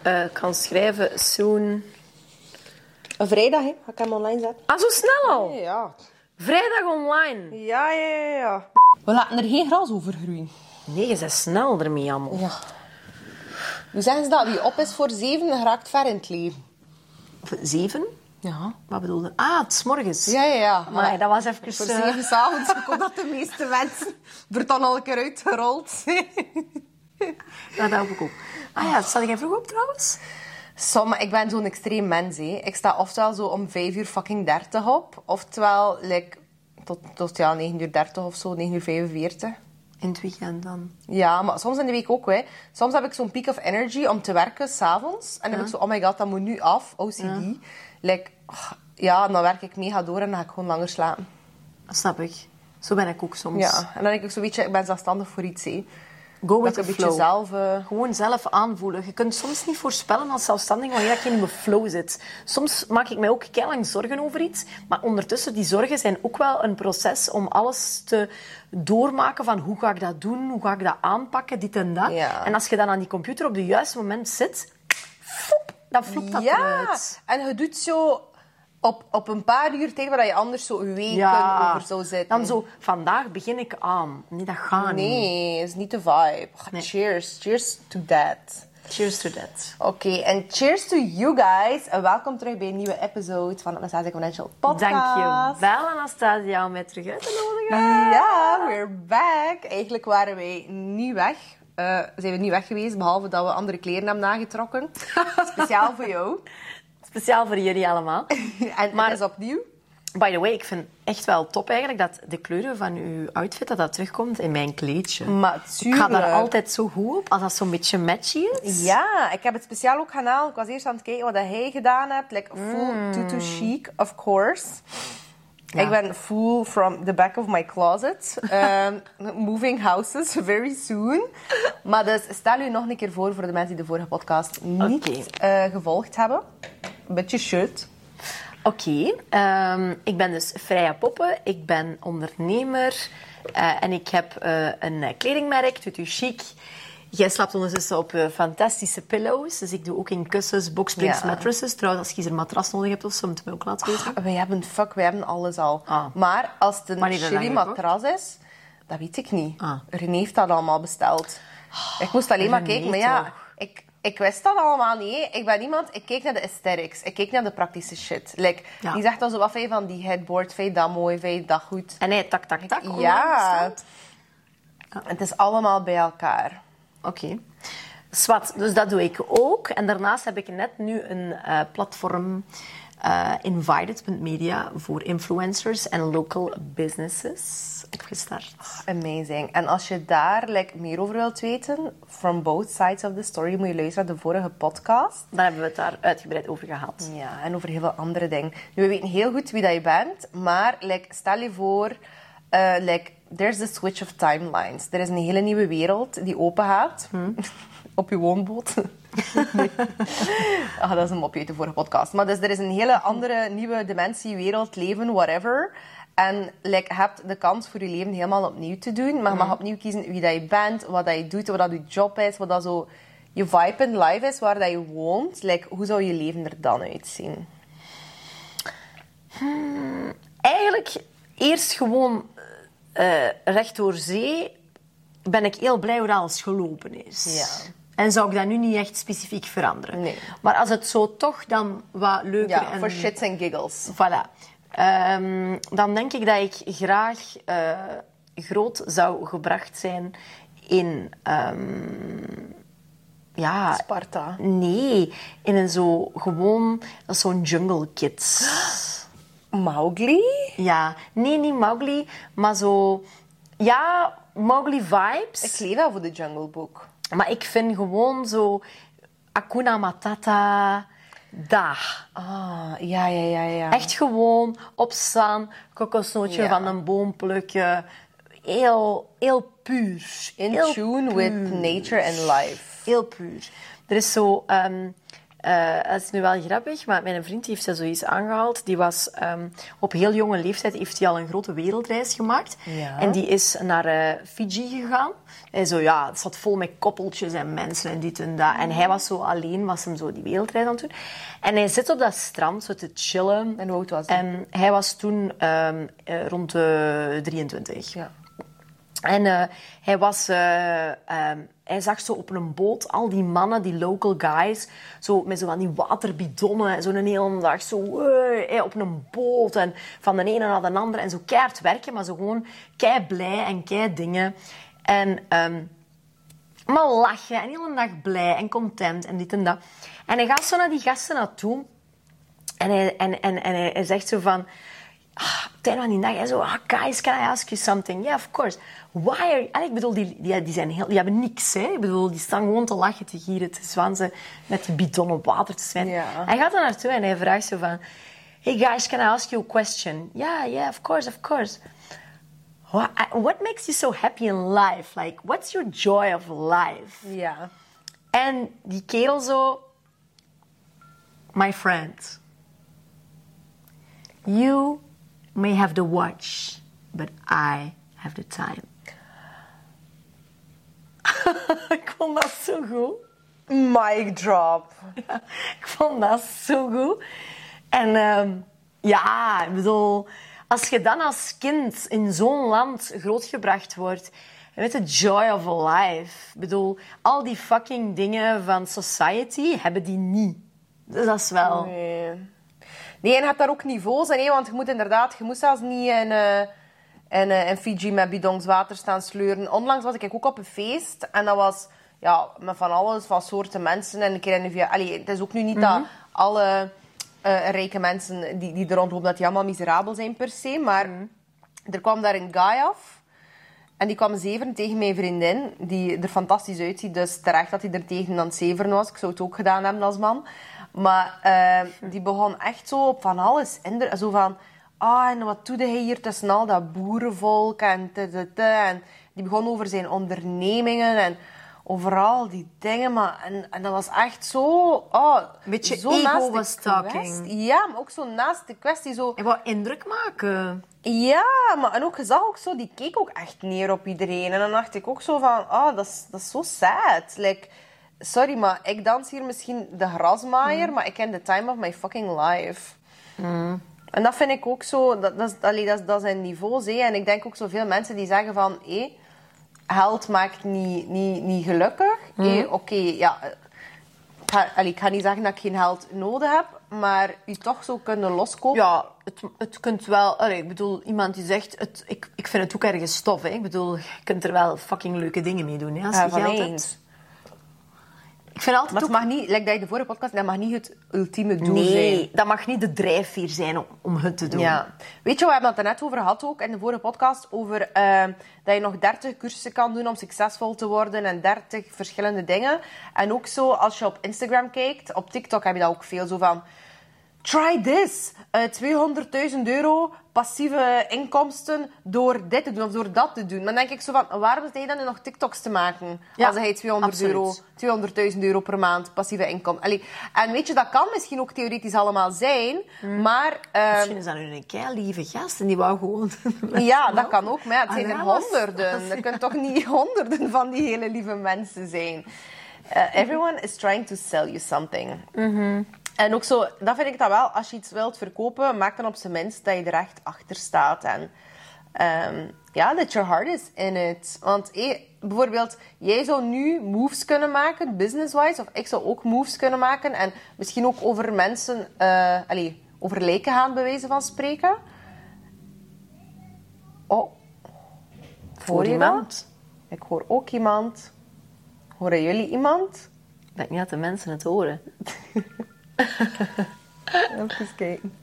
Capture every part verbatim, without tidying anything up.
uh, kan schrijven soon. Een vrijdag, hè? Ga ik hem online zetten? Ah, zo snel al? Ja, ja. Vrijdag online? Ja, ja, ja, ja. We laten er geen gras over groeien. Nee, je bent snel ermee allemaal. Ja. Hoe zeggen ze dat? Wie op is voor zeven, geraakt ver in het leven. Zeven? Ja. Wat bedoel je? Ah, het is morgens. Ja, ja, ja. Maar dat was even... Voor uh... zeven s'avonds komt dat de meeste mensen er dan al een keer uitgerold. Ja, dat hoop ik ook. Ah ja, sta jij vroeg op trouwens? Sommige, ik ben zo'n extreem mens. Hè. Ik sta oftewel zo om vijf uur fucking dertig op. Oftewel like, tot, tot ja, negen uur dertig of zo, negen uur vijfenveertig. In het weekend dan? Ja, maar soms in de week ook. Hè. Soms heb ik zo'n peak of energy om te werken, s'avonds. En dan Ja. heb ik zo, oh my god, dat moet nu af. O C D. Ja, like, ja dan werk ik mega door en dan ga ik gewoon langer slapen. Dat snap ik. Zo ben ik ook soms. Ja, en dan denk ik zo, weet je, ik ben zelfstandig voor iets. Hè. Go with Dat the ik een flow. beetje zelf... Uh... Gewoon zelf aanvoelen. Je kunt soms niet voorspellen als zelfstandig wanneer je in mijn flow zit. Soms maak ik mij ook keilang zorgen over iets. Maar ondertussen, die zorgen zijn ook wel een proces om alles te doormaken van hoe ga ik dat doen, hoe ga ik dat aanpakken, dit en dat. Ja. En als je dan aan die computer op het juiste moment zit, foep, dan vloept dat Ja, eruit. en je doet zo op, op een paar uur tegen waar je anders zo weken Ja. over zou zitten. Dan zo, vandaag begin ik aan. Nee, dat gaat niet. Nee, is niet de vibe. Oh, Nee. Cheers. Cheers to that. Cheers to that. Oké, en cheers to you guys. En welkom terug bij een nieuwe episode van de Anastasia Financial Podcast. Dank je wel, Anastasia, om mij terug uit te nodigen. Ja, we're back. Eigenlijk waren wij niet weg. Uh, zijn we niet weg geweest, behalve dat we andere kleren hebben nagetrokken. Speciaal voor jou. Speciaal voor jullie allemaal. En Maar- het is opnieuw. By the way, ik vind echt wel top eigenlijk dat de kleuren van uw outfit dat dat terugkomt in mijn kleedje. Maar Ik ga daar tuurlijk. altijd zo goed op, als dat zo'n beetje matchy is. Ja, ik heb het speciaal ook gaan halen. Ik was eerst aan het kijken wat hij gedaan heeft. Like full Mm. tutu chic, of course. Ja. Ik ben full from the back of my closet. Um, moving houses very soon. Maar dus stel u nog een keer voor voor de mensen die de vorige podcast niet Oké. eh, gevolgd hebben. Een beetje shit. Oké, ehm, ik ben dus Freya Poppen, ik ben ondernemer eh, en ik heb eh, een eh, kledingmerk, Tutu Chic. Jij slaapt ondertussen op eh, fantastische pillows, dus ik doe ook in kussens, boxsprings, Ja. mattresses. Trouwens, als je een matras nodig hebt of zo, moet je mij ook laten weten. Wij hebben, fuck, wij hebben alles al. Ah. Maar als het een Wanneer heb je dat chili gekocht? matras is, dat weet ik niet. Ah. René heeft dat allemaal besteld. Ik moest alleen maar René kijken, maar ja, toch? ik, ik wist dat allemaal niet. Hè. Ik ben iemand, ik keek naar de aesthetics, ik keek naar de praktische shit. Like, Ja. Die zegt dan zo wat van, van die headboard, vind je dat mooi, vind je dat goed. En hij tak, tak, tak. online Ja, besteld. het is allemaal bij elkaar. Oké. Zwat, dus dat doe ik ook. En daarnaast heb ik net nu een eh, platform, eh invited punt media, voor influencers en local businesses opgestart. Amazing. En als je daar like, meer over wilt weten, from both sides of the story, moet je luisteren naar de vorige podcast. Daar hebben we het daar uitgebreid over gehad. Ja, en over heel veel andere dingen. Nu, we weten heel goed wie dat je bent, maar like, stel je voor, uh, like, there's the switch of timelines. Er is een hele nieuwe wereld die open gaat. Op je woonboot. Nee. Ah, dat is een mopje uit de vorige podcast. Maar dus er is een hele andere nieuwe dimensie, wereld, leven, whatever. En like, je hebt de kans voor je leven helemaal opnieuw te doen. Maar je mag opnieuw kiezen wie dat je bent, wat dat je doet, wat dat je job is, wat dat zo je vibe in life is, waar dat je woont. Like, hoe zou je leven er dan uitzien? Eigenlijk eerst gewoon uh, recht door zee ben ik heel blij hoe dat alles gelopen is. Ja. En zou ik dat nu niet echt specifiek veranderen. Nee. Maar als het zo toch dan wat leuker Ja, en... voor shits en giggles. Voilà. Um, dan denk ik dat ik graag uh, groot zou gebracht zijn in... Um, ja, Sparta. Nee, in een zo gewoon... Dat is zo'n Jungle Kids. Mowgli? Ja, nee, niet Mowgli, maar zo... Ja, Mowgli-vibes. Ik leef wel voor de Jungle Book. Maar ik vind gewoon zo... Hakuna Matata... Daar. Ah, ja, ja, ja, ja. Echt gewoon opstaan, kokosnootje Ja. van een boom plukken. Heel, heel puur. In heel tune puur. with nature and life. Heel puur. Er is zo... Um, uh, dat is nu wel grappig, maar mijn vriend heeft ze zoiets aangehaald. Die was um, op heel jonge leeftijd, heeft hij al een grote wereldreis gemaakt. Ja. En die is naar uh, Fiji gegaan. En zo, ja, het zat vol met koppeltjes en mensen en dit en dat. En hij was zo alleen, was hem zo die wereldreis aan het doen. En hij zit op dat strand zo te chillen. En hoe oud was hij? En hij was toen um, uh, rond de drieëntwintig. Ja. En uh, hij was... Uh, um, hij zag zo op een boot al die mannen, die local guys, zo met zo van die waterbidonnen, zo een hele dag zo uh, op een boot en van de ene naar de andere en zo keihard werken, maar zo gewoon kei blij en kei dingen. En um, maar lachen en de hele dag blij en content en dit en dat. En hij gaat zo naar die gasten naartoe en hij, en, en, en hij, hij zegt zo van... Ah, op het einde van die dag, hij zo, ah, guys, can I ask you something? Yeah, of course. Why are you... Ik bedoel, die, die, die, zijn heel, die hebben niks, hè. Ik bedoel, die staan gewoon te lachen, te gieren, te zwansen, met die bidonnen water te zwemmen. Ja. Hij gaat er naartoe en hij vraagt zo van... Hey, guys, can I ask you a question? Yeah, yeah, of course, of course. What, what makes you so happy in life? Like, what's your joy of life? Ja. En die kerel zo... My friend. You... may have the watch, but I have the time. Ik vond dat zo goed. Mic drop. Ja, ik vond dat zo goed. En um, ja, ik bedoel, als je dan als kind in zo'n land grootgebracht wordt, met de joy of life. Ik bedoel, al die fucking dingen van society hebben die niet. Dus dat is wel... Nee. Nee, en je hebt daar ook niveaus in, want je moet inderdaad, je moet zelfs niet in, uh, in, uh, in Fiji met bidons water staan sleuren. Onlangs was ik ook op een feest en dat was ja, met van alles, van soorten mensen. En een keer in de via... Allee, het is ook nu niet mm-hmm. dat alle uh, rijke mensen die, die er rondlopen, dat die allemaal miserabel zijn per se, maar mm-hmm. er kwam daar een guy af en die kwam zeveren tegen mijn vriendin, die er fantastisch uitziet, dus terecht dat hij er tegen aan het zeveren was. Ik zou het ook gedaan hebben als man. Maar uh, die begon echt zo op van alles. En zo van, ah, en wat doe hij hier tussen al dat boerenvolk en te, te, te. En die begon over zijn ondernemingen en overal die dingen. Maar, en, en dat was echt zo... Oh, een beetje zo ego was talking. Ja, maar ook zo naast de kwestie. Zo... Hij wou indruk maken. Ja, maar en ook, je zag ook zo, die keek ook echt neer op iedereen. En dan dacht ik ook zo van, oh, dat is, dat is zo sad. Like... Sorry, maar ik dans hier misschien de grasmaaier, mm. maar ik ken the time of my fucking life. Mm. En dat vind ik ook zo... Dat, dat, allee, dat, dat zijn niveaus, hé. En ik denk ook zoveel mensen die zeggen van... Hé, geld maakt niet, niet, niet gelukkig. Mm. Oké, okay, ja... Ik ga, allee, ik ga niet zeggen dat ik geen geld nodig heb, maar je toch zo kunnen loskopen. Ja, het, het kunt wel... Allee, ik bedoel, iemand die zegt... Het, ik, ik vind het ook ergens stof, hè. Ik bedoel, je kunt er wel fucking leuke dingen mee doen, hè, als ja, je geld eens. hebt. Ik vind altijd maar het ook... mag niet, like dat je de vorige podcast, dat mag niet het ultieme doel nee, zijn. Nee, dat mag niet de drijfveer zijn om, om het te doen. Ja. Weet je, we hebben het er net over gehad ook in de vorige podcast, over uh, dat je nog dertig cursussen kan doen om succesvol te worden en dertig verschillende dingen. En ook zo, als je op Instagram kijkt, op TikTok heb je dat ook veel zo van... Try this! Uh, tweehonderdduizend euro passieve inkomsten door dit te doen of door dat te doen. Dan denk ik zo van, waarom zit hij dan nu nog TikToks te maken? Ja, als hij tweehonderd euro, tweehonderdduizend euro per maand passieve inkomen. Allee, en weet je, dat kan misschien ook theoretisch allemaal zijn, mm. maar... Uh, misschien is dat nu een kei lieve gast en die wou gewoon... ja, dat kan ook, maar ja, het zijn er honderden. Er kunnen toch niet honderden van die hele lieve mensen zijn. Uh, everyone is trying to sell you something. Mm-hmm. En ook zo, dat vind ik dat wel, als je iets wilt verkopen, maak dan op zijn minst dat je er echt achter staat. En um, ja, that your heart is in it. Want hey, bijvoorbeeld, jij zou nu moves kunnen maken, business-wise, of ik zou ook moves kunnen maken. En misschien ook over mensen, uh, allez, over lijken gaan, bij wijze van spreken. Oh. Voor iemand? Ik hoor ook iemand. Horen jullie iemand? Ik denk niet dat de mensen het horen. Even kijken.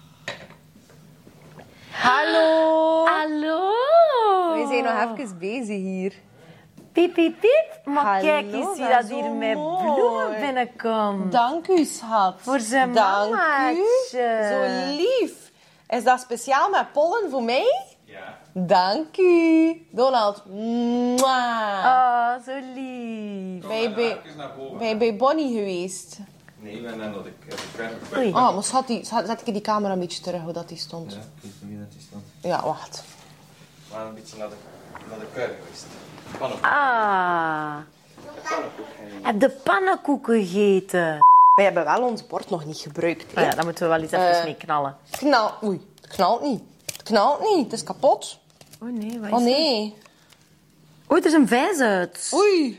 Hallo! Hallo! We zijn nog even bezig hier. Piep, piep, piep. Maar Hallo, kijk eens, zie dat hier met bloemen binnenkomt. Dank u, schat. Voor zijn Dank mamaatje. U. Zo lief. Is dat speciaal met pollen voor mij? Ja. Dank u. Donald. Mwah. Oh, zo lief. Ben je bij, ben je bij Bonnie geweest? Nee, we hebben dat ik heb Oei. Ah, maar schat, die, zet ik die camera een beetje terug, hoe dat die stond. Ja, ik weet niet dat die stond. Ja, wacht. We gaan een beetje naar de, naar de keur geweest. Pannenkoek. Ah, Pannenkoek. heb de pannenkoeken gegeten? Wij hebben wel ons bord nog niet gebruikt. Hè? Oh ja, daar moeten we wel eens even Eh. mee knallen. Knal... Oei, het knalt niet. Het knalt niet, het is kapot. Oh nee, wat is Oh dat? nee. Oh, er is een vijs uit. Oei.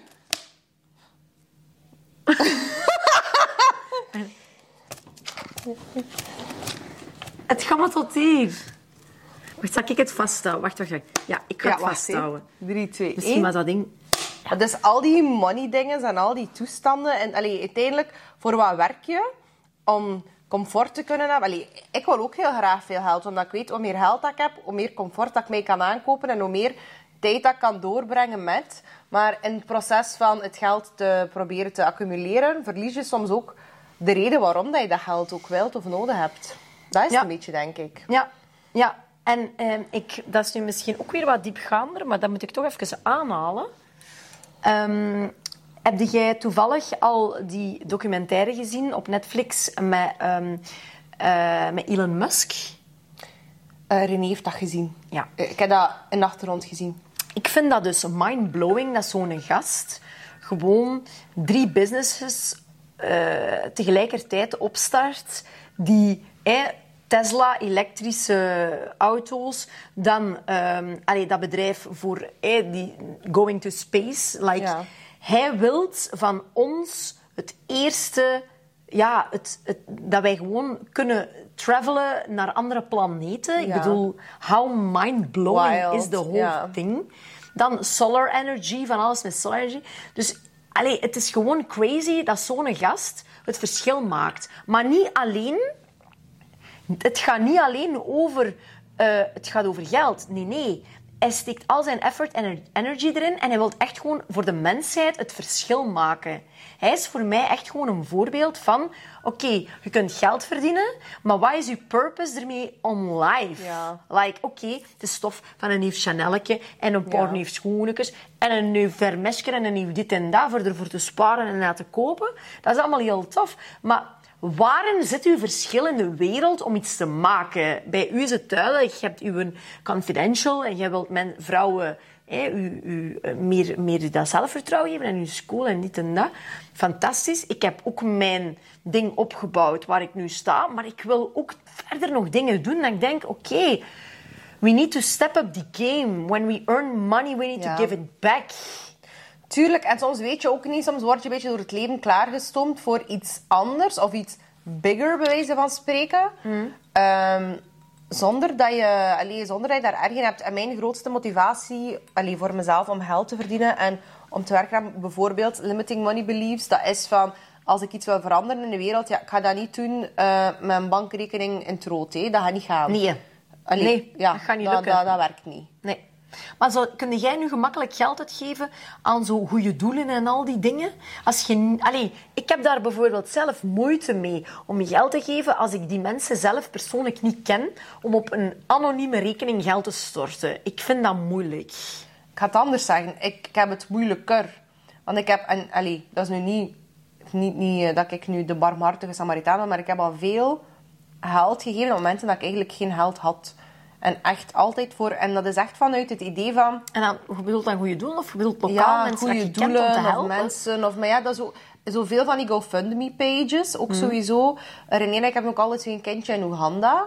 Het gaat maar tot hier. Wacht, zal ik het vasthouden? Wacht, wacht, wacht. Ja, ik ga Ja, het wacht, vasthouden. drie, twee, Misschien één. was dat ding... Dus al die money dingen en al die toestanden. En allee, uiteindelijk, voor wat werk je? Om comfort te kunnen hebben. Allee, ik wil ook heel graag veel geld. Omdat ik weet, hoe meer geld dat ik heb, hoe meer comfort dat ik mee kan aankopen. En hoe meer tijd dat ik kan doorbrengen met. Maar in het proces van het geld te proberen te accumuleren, verlies je soms ook de reden waarom dat je dat geld ook wilt of nodig hebt. Dat is Ja. een beetje, denk ik. Ja, ja. En eh, ik, dat is nu misschien ook weer wat diepgaander, maar dat moet ik toch even aanhalen. Ehm, heb jij toevallig al die documentaire gezien op Netflix met, ehm, eh, met Elon Musk? Uh, René heeft dat gezien. Ja. Uh, Ik heb dat in de achtergrond gezien. Ik vind dat dus mind-blowing dat zo'n gast gewoon drie businesses eh, tegelijkertijd opstart die eh, Tesla, elektrische auto's, dan ehm, allee, dat bedrijf voor eh, die going to space. Like, Ja. Hij wil van ons het eerste, ja, het, het, dat wij gewoon kunnen travelen naar andere planeten. Ik Ja. bedoel, how mind-blowing Wild, is the whole ja. thing. Dan solar energy, van alles met solar energy. Dus allee, het is gewoon crazy dat zo'n gast het verschil maakt. Maar niet alleen... Het gaat niet alleen over... eh, het gaat over geld. Nee, nee. Hij steekt al zijn effort en energy erin en hij wil echt gewoon voor de mensheid het verschil maken. Hij is voor mij echt gewoon een voorbeeld van... Oké, okay, je kunt geld verdienen, maar wat is je purpose ermee on life? Ja. Like, oké, okay, het is tof van een nieuw Chanelletje en een paar Ja. nieuwe schoenetjes en een nieuw vermesje en een nieuw dit en dat voor ervoor te sparen en dat te kopen. Dat is allemaal heel tof. Maar waarin zit uw verschil in de wereld om iets te maken? Bij u is het duidelijk. Je hebt uw confidential en je wilt mijn vrouwen hè, u, u, meer, meer dat zelfvertrouwen geven en uw school en dit en dat. Fantastisch. Ik heb ook mijn ding opgebouwd waar ik nu sta, maar ik wil ook verder nog dingen doen. En ik denk, oké, okay, we need to step up the game. When we earn money, we need Ja. to give it back. Tuurlijk, en soms weet je ook niet, soms word je een beetje door het leven klaargestoomd voor iets anders of iets bigger, bij wijze van spreken. Ehm, zonder, dat je, allee, zonder dat je daar erg in hebt. En mijn grootste motivatie allee, voor mezelf om geld te verdienen en om te werken aan bijvoorbeeld limiting money beliefs, dat is van, als ik iets wil veranderen in de wereld, ja, ik ga dat niet doen uh, met een bankrekening in het rood. Hè. Dat gaat niet gaan. Nee. Allee, Nee, ja, dat gaat niet dat, lukken. Dat, dat werkt niet. Nee. Maar zo, kun jij nu gemakkelijk geld uitgeven aan zo goede doelen en al die dingen? Als je, allee, ik heb daar bijvoorbeeld zelf moeite mee om geld te geven als ik die mensen zelf persoonlijk niet ken, om op een anonieme rekening geld te storten. Ik vind dat moeilijk. Ik ga het anders zeggen. Ik, ik heb het moeilijker. Want ik heb... En, allee, dat is nu niet, niet, niet uh, dat ik nu de barmhartige Samaritaan ben, maar ik heb al veel geld gegeven op momenten dat ik eigenlijk geen geld had. En echt altijd voor... En dat is echt vanuit het idee van... En dan, je bedoelt dan goede doelen of je bedoelt lokaal ja, mensen dat goede je kent doelen om te of helpen? mensen. Of, maar ja, dat is zo, zoveel van die GoFundMe-pages. Ook sowieso. René en ik hebben ook altijd zo'n kindje in Oeganda.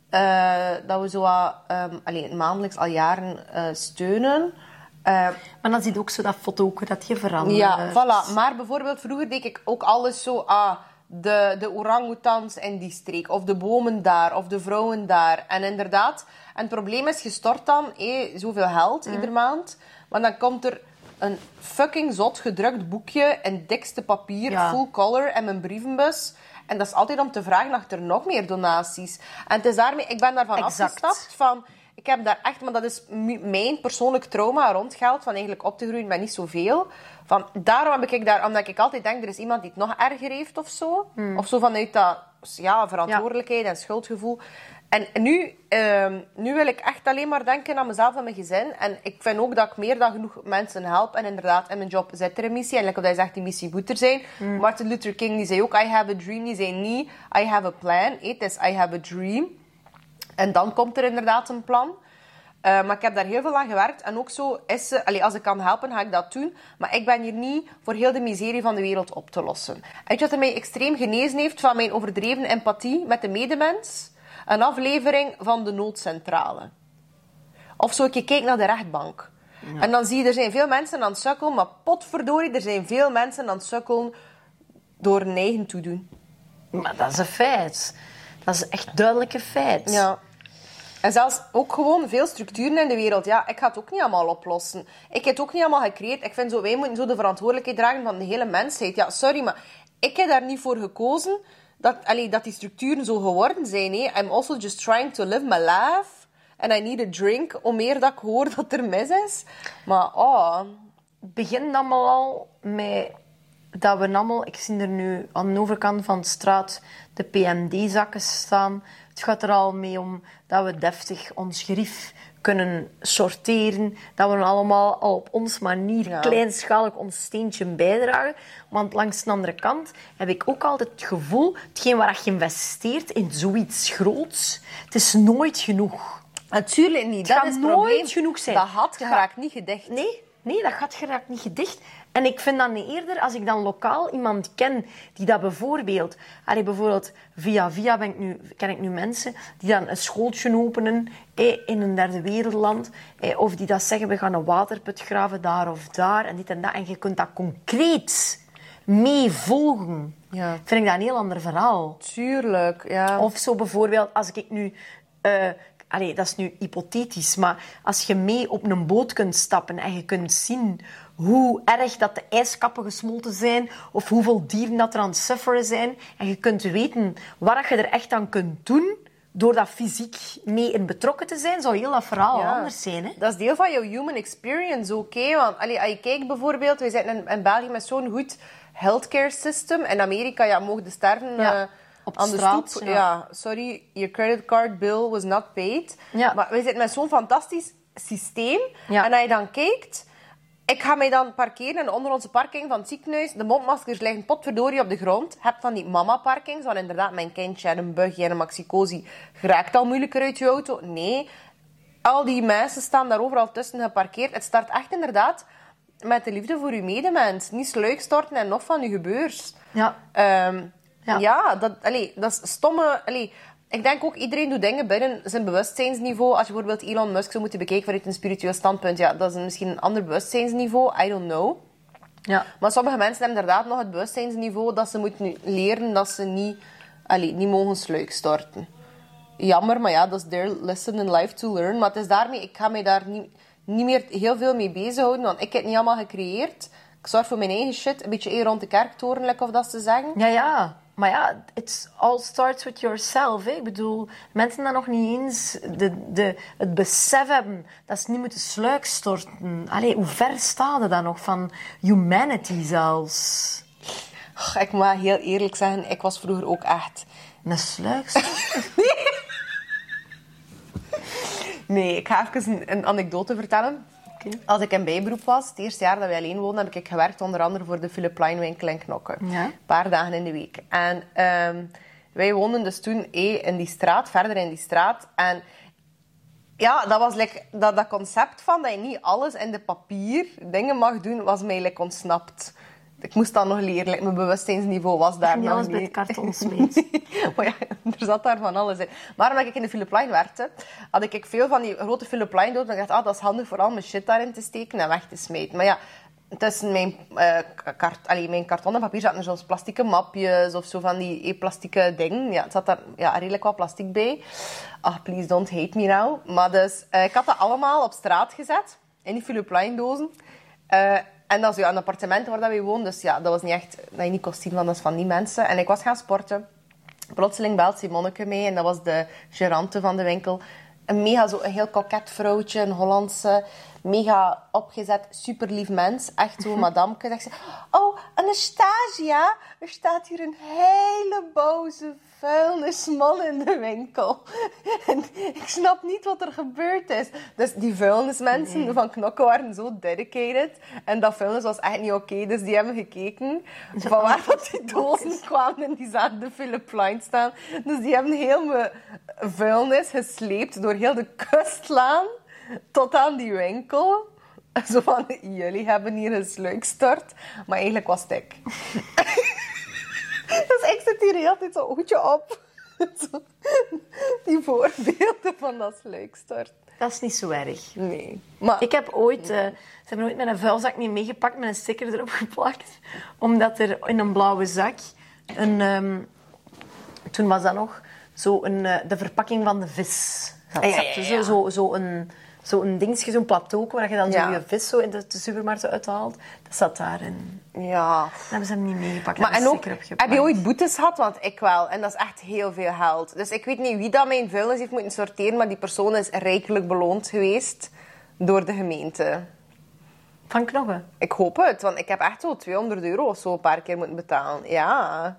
Uh, dat we zo uh, um, allee, maandelijks al jaren uh, steunen. Uh, Maar dan zie je ook zo dat foto dat je verandert. ja, voilà. Maar bijvoorbeeld vroeger deed ik ook alles zo... Ah, de, de orang-oetans in die streek. Of de bomen daar. Of de vrouwen daar. En inderdaad... En het probleem is, je stort dan eh, zoveel geld mm. iedere maand. Maar dan komt er een fucking zot gedrukt boekje in dikste papier, ja. full color, en mijn brievenbus. En dat is altijd om te vragen naar er nog meer donaties. En het is daarmee... Ik ben daarvan exact. afgestapt van... Ik heb daar echt... Maar dat is mijn persoonlijk trauma rond geld. Van eigenlijk op te groeien met niet zoveel. Van, daarom heb ik daar... Omdat ik altijd denk, er is iemand die het nog erger heeft of zo. Mm. Of zo vanuit dat... Ja, verantwoordelijkheid ja. en schuldgevoel. En nu, uh, nu wil ik echt alleen maar denken aan mezelf en mijn gezin. En ik vind ook dat ik meer dan genoeg mensen help. En inderdaad, in mijn job zit er een missie. En like dat je zegt, die missie moet er zijn. Mm. Martin Luther King die zei ook, I have a dream. Die zei niet, I have a plan. Het is, I have a dream. En dan komt er inderdaad een plan. Uh, maar ik heb daar heel veel aan gewerkt. En ook zo is ze... Allee, als ik kan helpen, ga ik dat doen. Maar ik ben hier niet voor heel de miserie van de wereld op te lossen. En weet je wat er mij extreem genezen heeft van mijn overdreven empathie met de medemens? Een aflevering van de noodcentrale. Of zo, ik kijk naar de rechtbank. Ja. En dan zie je, er zijn veel mensen aan het sukkelen. Maar potverdorie, er zijn veel mensen aan het sukkelen door hun eigen toedoen. Maar dat is een feit. Dat is echt duidelijk een feit. Ja. En zelfs ook gewoon veel structuren in de wereld. Ja, ik ga het ook niet allemaal oplossen. Ik heb het ook niet allemaal gecreëerd. Ik vind zo, wij moeten zo de verantwoordelijkheid dragen van de hele mensheid. Ja, sorry, maar ik heb daar niet voor gekozen dat, allee, dat die structuren zo geworden zijn. Hè. I'm also just trying to live my life. And I need a drink om meer dat ik hoor dat er mis is. Maar, oh... Het begint allemaal al met dat we allemaal... Ik zie er nu aan de overkant van de straat de P M D-zakken staan. Het gaat er al mee om dat we deftig ons grief kunnen sorteren. Dat we allemaal al op onze manier ja. kleinschalig ons steentje bijdragen. Want langs de andere kant heb ik ook altijd het gevoel... Hetgeen waar je investeert in zoiets groots, het is nooit genoeg. Natuurlijk niet. Het dat gaat is het nooit probleem. genoeg zijn. Dat had geraakt niet gedicht. Nee, nee, dat gaat geraakt niet gedicht. En ik vind dan eerder, als ik dan lokaal iemand ken die dat bijvoorbeeld... Allee, bijvoorbeeld via via ben ik nu, ken ik nu mensen die dan een schooltje openen eh, in een derde wereldland. Eh, of die dat zeggen, we gaan een waterput graven daar of daar. En dit en dat. En je kunt dat concreet mee volgen. Ja. Vind ik dat een heel ander verhaal. Tuurlijk, ja. Of zo bijvoorbeeld, als ik nu... Uh, allee, dat is nu hypothetisch, maar als je mee op een boot kunt stappen en je kunt zien hoe erg dat de ijskappen gesmolten zijn of hoeveel dieren dat er aan het sufferen zijn en je kunt weten wat je er echt aan kunt doen door dat fysiek mee in betrokken te zijn, zou heel dat verhaal ja. anders zijn. Hè? Dat is deel van jouw human experience ook. Okay? Want allee, als je kijkt bijvoorbeeld, we zitten in, in België met zo'n goed healthcare system. In Amerika ja, mogen de sterven... Ja. Uh, Op aan de straat, stoep. ja. Ja, sorry, your credit card bill was not paid. Ja. Maar wij zitten met zo'n fantastisch systeem. Ja. En als je dan kijkt... Ik ga mij dan parkeren en onder onze parking van het ziekenhuis. De mondmaskers liggen potverdorie op de grond. Heb van die mama-parkings. Want inderdaad, mijn kindje en een buggy en een maxicosi geraakt al moeilijker uit je auto. Nee. Al die mensen staan daar overal tussen geparkeerd. Het start echt inderdaad met de liefde voor je medemens. Niet sluikstorten en nog van je gebeurs. Ja. Um, Ja, ja dat, allee, dat is stomme... Allee, ik denk ook, iedereen doet dingen binnen zijn bewustzijnsniveau. Als je bijvoorbeeld Elon Musk zou moeten bekijken vanuit een spiritueel standpunt, ja, dat is misschien een ander bewustzijnsniveau. I don't know. Ja. Maar sommige mensen hebben inderdaad nog het bewustzijnsniveau dat ze moeten leren dat ze niet, allee, niet mogen sluikstorten. Jammer, maar ja, dat is their lesson in life to learn. Maar het is daarmee, ik ga mij daar niet, niet meer heel veel mee bezighouden, want ik heb het niet allemaal gecreëerd. Ik zorg voor mijn eigen shit, een beetje eer rond de kerktoren, of dat ze zeggen. Ja, ja. Maar ja, it all starts with yourself. Hè. Ik bedoel, mensen dat nog niet eens de, de, het besef hebben dat ze niet moeten sluikstorten. Allee, hoe ver staat het dan nog van humanity zelfs? Oh, ik moet heel eerlijk zeggen, ik was vroeger ook echt... Een sluikstort? nee. nee, ik ga even een, een anekdote vertellen. Okay. Als ik in bijberoep was, het eerste jaar dat wij alleen woonden, heb ik gewerkt onder andere voor de Philip Plein winkel in Knokke. Ja. Een paar dagen in de week. En um, wij woonden dus toen eh, in die straat, verder in die straat. En ja, dat was like, dat, dat concept van dat je niet alles in de papier dingen mag doen, was mij like ontsnapt. Ik moest dat nog leren. Like, mijn bewustzijnsniveau was daar nog niet. alles bij het karton smeet. Maar ja, er zat daar van alles in. Maar omdat ik in de Philip Plein werkte, had ik veel van die grote Philip Plein dood. En ik dacht, ah, dat is handig voor al mijn shit daarin te steken en weg te smijten. Maar ja, tussen mijn, uh, kart, allee, mijn karton en papier zaten er zoals plastieke mapjes of zo van die eh, plastieke dingen. Ja, het zat daar ja, redelijk wat plastic bij. Ah, oh, please don't hate me now. Maar dus, uh, ik had dat allemaal op straat gezet, in die Philip Plein dozen. Uh, En dat is ja, een appartement waar wij woonden. Dus ja, dat was niet echt... Dat je niet kon zien, want dat is van die mensen. En ik was gaan sporten. Plotseling belt Simonneke mee. En dat was de gerante van de winkel. Een mega zo, een heel koket vrouwtje. Een Hollandse. mega opgezet, super lief mens. Echt zo, madameke. Zegt ze, oh, Anastasia, er staat hier een hele boze vuilnisman in de winkel. En ik snap niet wat er gebeurd is. Dus die vuilnismensen nee. van Knokke waren zo dedicated. En dat vuilnis was echt niet oké. Okay, dus die hebben gekeken van waar dat die dozen kwamen. En die zagen de Philip Line staan. Dus die hebben heel mijn vuilnis gesleept door heel de kustlaan tot aan die winkel. Zo van, jullie hebben hier een sluikstort. Maar eigenlijk was het ik. Dus ik zit hier heel tijd zo hoedje op. Zo, die voorbeelden van dat sluikstort. Dat is niet zo erg. Nee. Maar... Ik heb ooit... Uh, ze hebben ooit mijn vuilzak niet meegepakt met een sticker erop geplakt. Omdat er in een blauwe zak... Een, um, toen was dat nog zo een, uh, de verpakking van de vis. Zat, ja, ja, ja. Zo, zo, zo een... Zo'n dingetje, zo'n plateau waar je dan ja. zo je vis zo in de, de supermarkt uithaalt. Dat zat daarin. Ja. Dan hebben ze hem niet meegepakt. Maar en ook, heb je ooit boetes gehad? Want ik wel. En dat is echt heel veel geld. Dus ik weet niet wie dat mijn vuilnis heeft moeten sorteren, maar die persoon is rijkelijk beloond geweest door de gemeente. Van Knokke? Ik hoop het, want ik heb echt zo tweehonderd euro of zo een paar keer moeten betalen. Ja.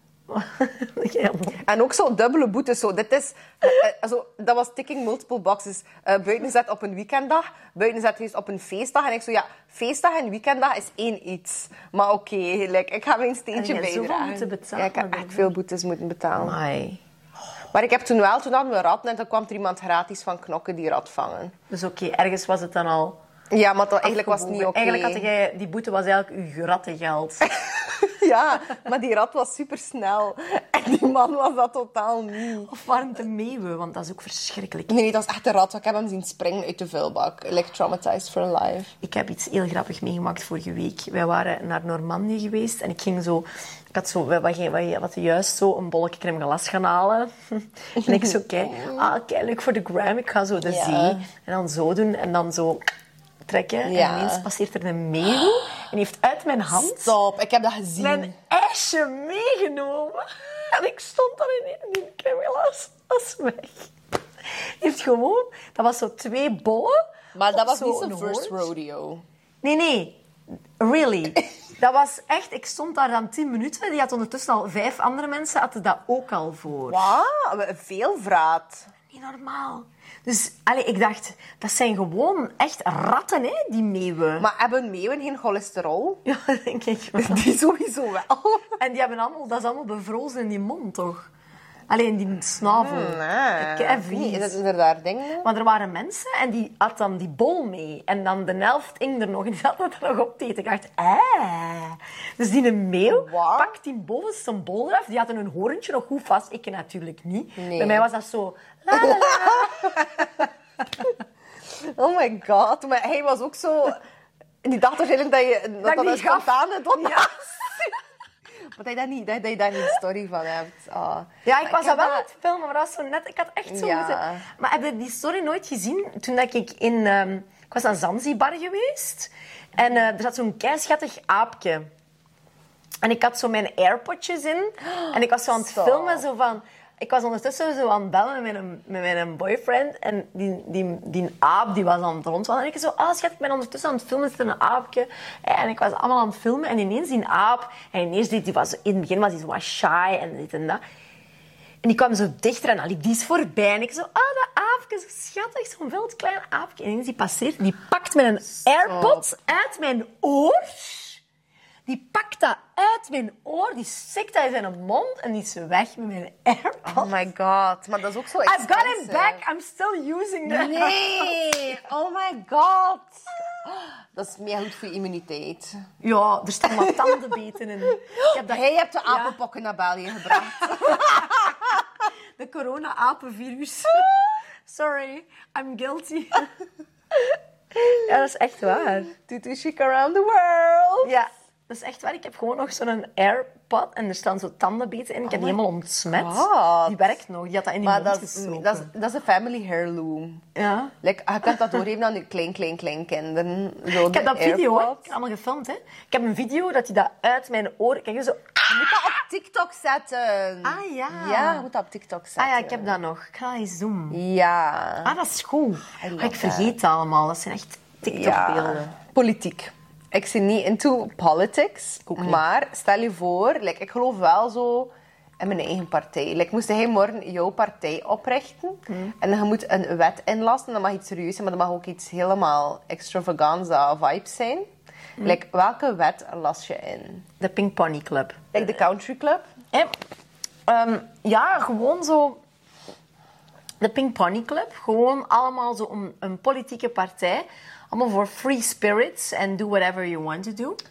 En ook zo dubbele boetes. Zo. Dit is, uh, zo, dat was ticking multiple boxes. Uh, buiten gezet op een weekenddag, buiten gezet geweest op een feestdag. En ik zo, ja, feestdag en weekenddag is één iets. Maar oké, okay, like, ik ga mijn steentje bijdragen. En je hebt zoveel moeten betalen. Ja, ik heb echt veel boetes moeten betalen. Amai. Maar ik heb toen wel, toen hadden we ratten en toen kwam er iemand gratis van Knokke die rat vangen. Dus oké, okay, ergens was het dan al... Ja, maar dat, eigenlijk was het niet oké. Okay. Eigenlijk had jij, die boete was eigenlijk uw rattengeld. Ja, maar die rat was supersnel. En die man was dat totaal niet. Of waren het de meeuwen? Want dat is ook verschrikkelijk. Nee, dat is echt een rat. Ik heb hem zien springen uit de vuilbak. Like traumatized for life. Ik heb iets heel grappigs meegemaakt vorige week. Wij waren naar Normandië geweest en ik ging zo... Ik had zo, wat, wat, wat juist zo een bolletje crème glacé gaan halen. En ik zo, kijk, ah, kijk, leuk voor de gram. Ik ga zo de ja. zee en dan zo doen en dan zo... trekken. Ja. En ineens passeert er een meeuw en heeft uit mijn hand... Stop, ik heb dat gezien. Mijn ijsje meegenomen. En ik stond daar in die crème glacé was weg. Die heeft gewoon... Dat was zo twee bollen. Maar dat was niet zijn zijn first rodeo. Nee, nee. Really. Dat was echt... Ik stond daar dan tien minuten. Die had ondertussen al vijf andere mensen hadden dat ook al voor. Wauw, veel vraat. Niet normaal. Dus allee, ik dacht, dat zijn gewoon echt ratten, hè, die meeuwen. Maar hebben meeuwen geen cholesterol? Ja, dat denk ik wel. Die sowieso wel. En die hebben allemaal, dat is allemaal bevrozen in die mond, toch? Alleen die snavel. Nee. Ik heb vies. Is dat inderdaad dingen? Maar er waren mensen en die had dan die bol mee. En dan de helft hing er nog en die zat er nog op te eten. Ik dacht, eh. Dus die meeuw Wow. pakt die bovenste bol eraf. Die had een hoorntje nog goed vast. Ik natuurlijk niet. Nee. Bij mij was dat zo... La, la, la. Oh my god. Maar hij was ook zo... En die dacht waarschijnlijk dat je... Dat dat, Dat ik een die gaf. spontane dot was. Maar dat je daar niet, dat je daar niet een story van hebt. Oh. Ja, ik Maar was heb dat wel aan dat- het filmen, maar dat was zo net... Ik had echt zo Ja. moeten... Maar heb je die story nooit gezien? Toen dat ik in... ehm, ik was naar Zanzibar geweest. En eh, er zat zo'n keischattig aapje. En ik had zo mijn AirPodjes in. En ik was zo aan het Stop. filmen, zo van... Ik was ondertussen zo aan het bellen met mijn, met mijn boyfriend. En die, die, die aap die was aan het rondwandelen. En ik zo, ah schat, ik ben ondertussen aan het filmen. Het is een aapje. En ik was allemaal aan het filmen. En ineens die aap... En ineens, die, die was, in het begin was hij zo wat shy en dit en dat. En die kwam zo dichter en dan liep die eens voorbij. En ik zo, ah, dat aapje, zo schattig. Zo'n wild klein aapje. En ineens die passeert. Die pakt mijn AirPods uit mijn oor. Die pakt dat uit mijn oor, die stikt dat in zijn mond en die is weg met mijn AirPods. Oh my god. Maar dat is ook zo I've expensive. got it back, I'm still using them. Nee. Oh my god. Dat is meer goed voor je immuniteit. Ja, er staan wat tandenbeten in. Ik heb dat... Hij hebt de apenpokken naar België gebracht. De corona-apenvirus. Sorry, I'm guilty. Ja, dat is echt waar. Tutu chic around the world. Ja, dat is echt waar. Ik heb gewoon nog zo'n AirPod en er staan zo tandenbeten in. Ik heb die helemaal ontsmet. God. Die werkt nog. Die had dat in die Maar mond dat is, gestoken. dat, is, dat is een family heirloom. Ja. Like, je kunt dat doorgeven aan je klein, klein, klein kinderen. Zo Ik heb de dat video, hè. Ik AirPods. heb het allemaal gefilmd, hè. Ik heb een video dat hij dat uit mijn oren... Kijk, zo... Je moet dat op TikTok zetten. Ah, ja. Ja, je moet dat op TikTok zetten. Ah ja, ik heb dat nog. Ik ga eens zoomen. Ja. Ah, dat is goed. I love Ah, ik vergeet dat allemaal. Dat zijn echt TikTok-beelden. Politiek. Ik zit niet into politics, Ook niet. maar stel je voor, like, ik geloof wel zo in mijn eigen partij. Like, moest jij morgen jouw partij oprichten Hmm. en je moet een wet inlassen, dat mag iets serieus zijn, maar dat mag ook iets helemaal extravaganza vibes zijn. Hmm. Like, welke wet las je in? De Pink Pony Club. Like de Country Club? Eh, ehm, ja, gewoon zo... De Pink Pony Club. Gewoon allemaal zo een, een politieke partij. Allemaal voor free spirits and do whatever you want to do.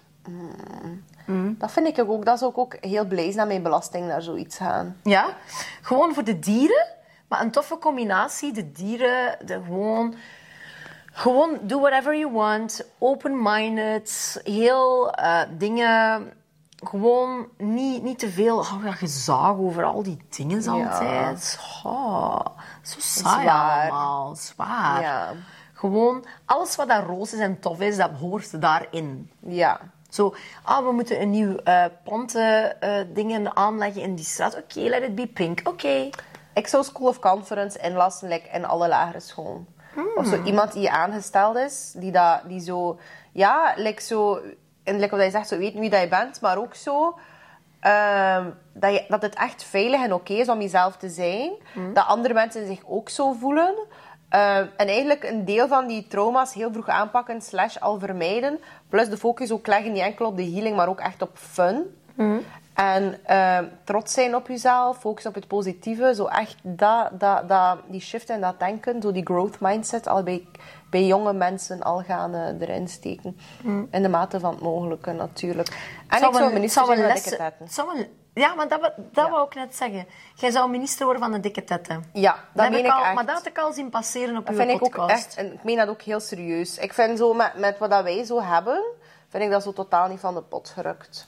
Dat vind ik ook. Dat zou ik ook heel blij zijn dat mijn belasting naar zoiets gaan. Ja, gewoon voor de dieren. Maar een toffe combinatie. De dieren, de gewoon... Gewoon do whatever you want. Open-minded. Heel eh, dingen... Gewoon niet, niet te veel oh, ja, gezaag over al die dingen altijd. Oh, zo saai Zwaar. allemaal. Zwaar. Ja. Gewoon alles wat daar roos is en tof is, dat hoort daarin. Ja. Zo, ah, we moeten een nieuw uh, planten eh, dingen aanleggen in die straat. Oké, let it be pink. Oké. Ik zou School of Conference inlassen like, in alle lagere scholen. Of zo iemand die aangesteld is, die, dat, die zo... Ja, like zo... En like wat je zegt, zo weten wie dat je bent, maar ook zo... ehm, dat, je, dat het echt veilig en oké is om jezelf te zijn. Dat andere mensen zich ook zo voelen. Ehm, en eigenlijk een deel van die trauma's heel vroeg aanpakken slash al vermijden. Plus de focus ook leggen niet enkel op de healing, maar ook echt op fun. En ehm, trots zijn op jezelf, focus op het positieve. Zo echt dat, dat, dat, die shift en dat denken, zo die growth mindset, al bij, bij jonge mensen al gaan uh, erin steken. In de mate van het mogelijke, natuurlijk. En ik zou minister zijn van de dikke tetten. Zou een, ja, maar dat, wou- dat Ja. wou ik net zeggen. Jij zou minister worden van de dikke tetten. Ja, dat heb meen ik ik al, echt. Maar dat had ik al zien passeren op Dat uw vind ik ook podcast. echt, en ik meen dat ook heel serieus. Ik vind zo, met, met wat dat wij zo hebben, vind ik dat zo totaal niet van de pot gerukt.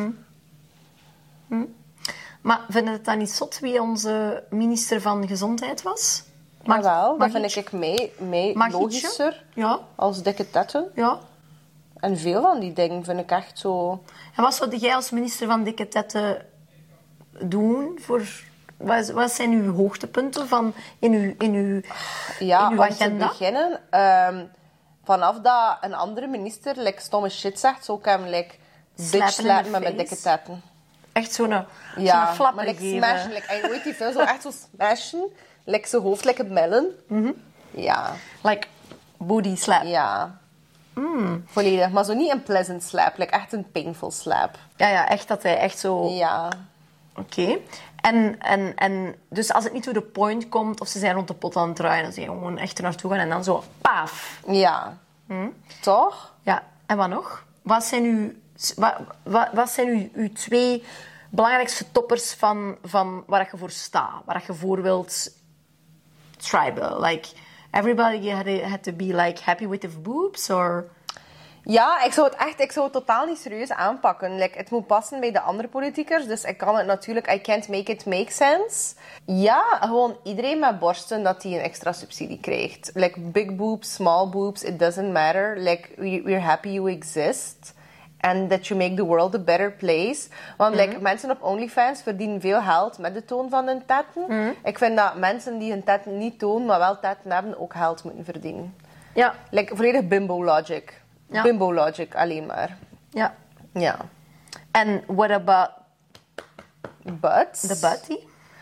Maar vind je het dan niet zot wie onze minister van Gezondheid was? Maar wel, dat mag vind ietsje? ik mij, mij Mag logischer Ja, als dikke tetten. ja. En veel van die dingen vind ik echt zo... En wat zou jij als minister van dikke tetten doen? Voor, wat, wat zijn uw hoogtepunten van in uw, in uw, Ja, in uw om te agenda? beginnen, ehm, vanaf dat een andere minister like, stomme shit zegt, zou ik hem like, bitch Slappen in slappen the met mijn face. dikke tetten. Echt zo'n Ja, zo'n flapper maar like, geven. smashen. Like, en ooit die film zo echt zo smashen. Like, zijn hoofd like een melon. Ja, Like booty slap. Ja, ja. Volledig. Maar zo niet een pleasant slap. Like, echt een painful slap. ja, echt dat hij echt zo... Ja. Oké. En, en, en dus als het niet to the point komt, of ze zijn rond de pot aan het draaien, dan zie je gewoon echt er naartoe gaan en dan zo, paaf. Ja. Toch? Ja, en wat nog? Wat zijn uw, wat, wat, wat zijn uw, uw twee belangrijkste toppers van, van waar je voor staat? Waar je voor wilt tribal? Like, everybody had to, had to be like happy with the boobs, or... Ja, ik zou het echt, ik zou het totaal niet serieus aanpakken. Like, het moet passen bij de andere politiekers, dus ik kan het natuurlijk, I can't make it make sense. Ja, gewoon iedereen met borsten dat die een extra subsidie krijgt. Like, big boobs, small boobs, it doesn't matter. Like, we, we're happy you exist. And that you make the world a better place. Want like, mensen op OnlyFans verdienen veel geld met de toon van hun tetten. Ik vind dat mensen die hun tetten niet tonen, maar wel tetten hebben, ook geld moeten verdienen. Ja, Like, volledig bimbo logic. Ja. Bimbo logic alleen maar. ja. Ja. En what about But? the butty?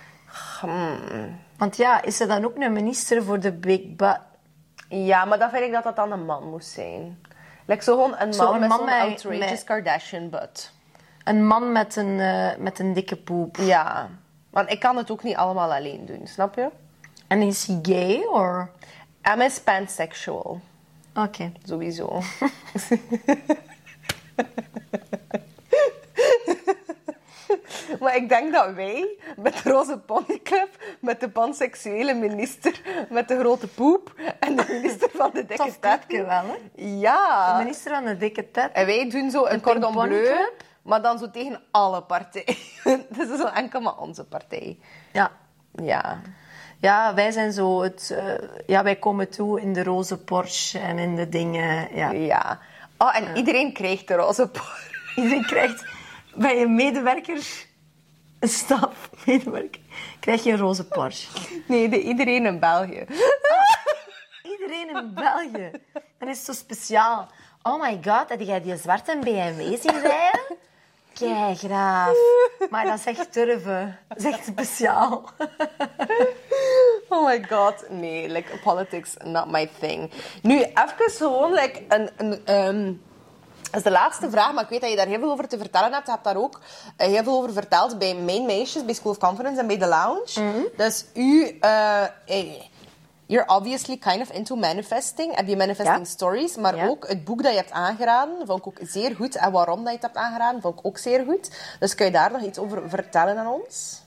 Want ja, is er dan ook een minister voor de big butt? Ja, maar dan vind ik dat dat dan een man moest zijn. Like zo gewoon een Zo man een met man zo'n met- outrageous met- Kardashian butt. Een man met een, eh, met een dikke poep. Ja. Want ik kan het ook niet allemaal alleen doen, snap je? En is hij gay, or... I'm is pansexual. Oké. Sowieso. Maar ik denk dat wij met de Roze Pony Club, met de panseksuele minister met de grote poep en de minister van de dikke Tof clubje tetten. wel, hè? Ja. De minister van de dikke tet. En wij doen zo een Pink cordon Pony bleu, Club? maar dan zo tegen alle partijen. Dat is zo enkel maar onze partij. Ja. Ja. Ja, wij zijn zo het... eh, ja, wij komen toe in de roze Porsche en in de dingen. Ja. Ja. Oh, en iedereen krijgt de roze Porsche. Iedereen krijgt... Bij een medewerker... Een stafmedewerker... Krijg je een roze Porsche. Nee, de, iedereen in België. Iedereen in België. Dan is het zo speciaal. Oh my god, heb jij die zwarte B M W zien rijden? Kei graaf. Maar dat is echt durven. Dat is echt speciaal. Oh my god, nee, like, politics, not my thing. Nu, even gewoon, like, een... een um, dat is de laatste vraag, maar ik weet dat je daar heel veel over te vertellen hebt. Je hebt daar ook uh, heel veel over verteld bij Main Meisjes, bij School of Confidence en bij The Lounge. Mm-hmm. Dus u... Uh, hey, you're obviously kind of into manifesting. Heb je manifesting ja. stories, maar ja. ook het boek dat je hebt aangeraden, vond ik ook zeer goed. En waarom dat je het hebt aangeraden, vond ik ook zeer goed. Dus kun je daar nog iets over vertellen aan ons?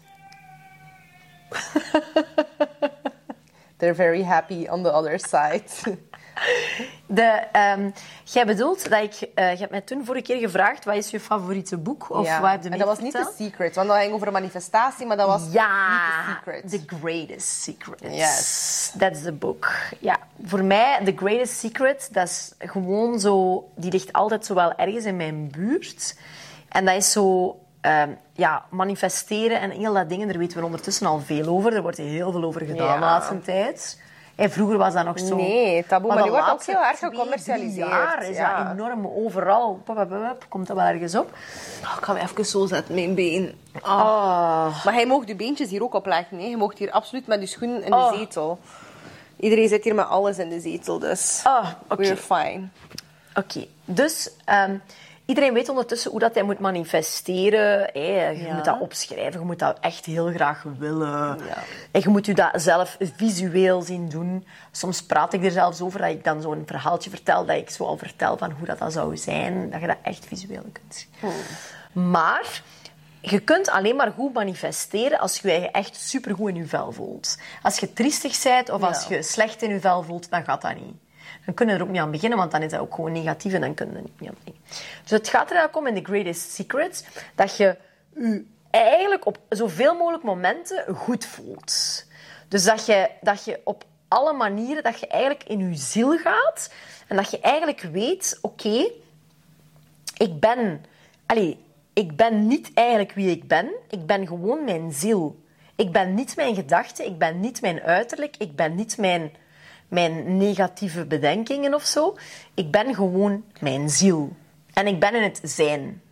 They're very happy on the other side. De, um, jij bedoelt dat ik... Uh, je hebt mij toen vorige keer gevraagd, wat is je favoriete boek? Of ja. wat heb je en dat was niet The Secret, want dat ging over manifestatie, maar dat was ja, niet The Secret. The Greatest Secret. Yes. That's the book. Ja. Voor mij, The Greatest Secret, dat is gewoon zo... Die ligt altijd zo wel ergens in mijn buurt. En dat is zo... Um, ja, manifesteren en heel dat dingen, daar weten we ondertussen al veel over. Er wordt heel veel over gedaan ja. de laatste tijd. En vroeger was dat nog zo... Nee, taboe, maar, maar die wordt ook heel erg gecommercialiseerd. jaar is ja. dat enorm overal. Pop, pop, pop, komt dat wel ergens op. Oh, ik ga me even zo zetten, mijn been. Oh. Oh. Maar hij mag je beentjes hier ook opleggen. Hè. Je mag hier absoluut met je schoenen in de oh. zetel. Iedereen zit hier met alles in de zetel, dus oh, okay. we're fine. Oké, okay. dus... Um, Iedereen weet ondertussen hoe dat hij moet manifesteren. Hey, je ja. moet dat opschrijven, je moet dat echt heel graag willen. Ja. En je moet je dat zelf visueel zien doen. Soms praat ik er zelfs over dat ik dan zo'n verhaaltje vertel, dat ik zo al vertel van hoe dat, dat zou zijn. Dat je dat echt visueel kunt zien. Hmm. Maar je kunt alleen maar goed manifesteren als je je echt supergoed in je vel voelt. Als je triestig bent of als ja. je slecht in je vel voelt, dan gaat dat niet. Dan kun je er ook niet aan beginnen, want dan is dat ook gewoon negatief en dan kun je er niet aan beginnen. Dus het gaat er eigenlijk om in The Greatest Secret dat je je eigenlijk op zoveel mogelijk momenten goed voelt. Dus dat je, dat je op alle manieren, dat je eigenlijk in je ziel gaat en dat je eigenlijk weet, oké, okay, ik ben... Allez, ik ben niet eigenlijk wie ik ben, ik ben gewoon mijn ziel. Ik ben niet mijn gedachten, ik ben niet mijn uiterlijk, ik ben niet mijn... mijn negatieve bedenkingen of zo. Ik ben gewoon mijn ziel. En ik ben in het zijn.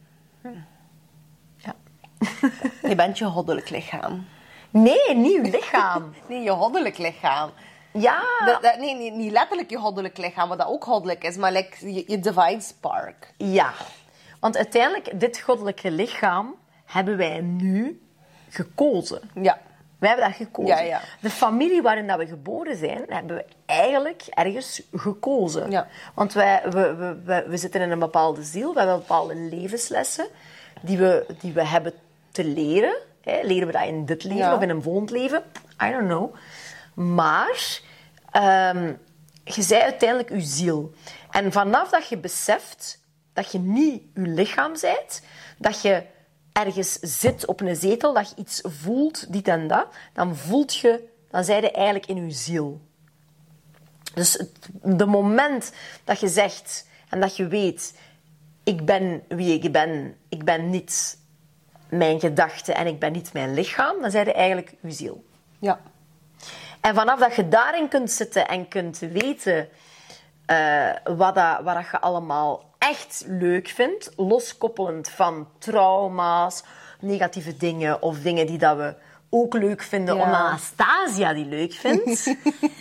Ja. Je bent je goddelijk lichaam. Nee, niet je lichaam. Nee, je goddelijk lichaam. Ja. Dat, dat, nee, nee, niet letterlijk je goddelijk lichaam, wat dat ook goddelijk is, maar like, je, je divine spark. Ja. Want uiteindelijk, dit goddelijke lichaam hebben wij nu gekozen. Ja. Wij hebben dat gekozen. Ja, ja. De familie waarin dat we geboren zijn, hebben we eigenlijk ergens gekozen. Ja. Want wij, we, we, we, we zitten in een bepaalde ziel, we hebben bepaalde levenslessen die we, die we hebben te leren. Hè. Leren we dat in dit leven ja. of in een volgend leven? I don't know. Maar um, je zij uiteindelijk je ziel. En vanaf dat je beseft dat je niet je lichaam bent, dat je ergens zit op een zetel, dat je iets voelt, dit en dat, dan voelt je, dan zij je eigenlijk in je ziel. Dus het de moment dat je zegt en dat je weet, ik ben wie ik ben, ik ben niet mijn gedachten en ik ben niet mijn lichaam, dan zij je eigenlijk je ziel. Ja. En vanaf dat je daarin kunt zitten en kunt weten uh, wat, dat, wat dat je allemaal echt leuk vindt, loskoppelend van trauma's, negatieve dingen of dingen die dat we ook leuk vinden, ja. Omdat Anastasia die leuk vindt.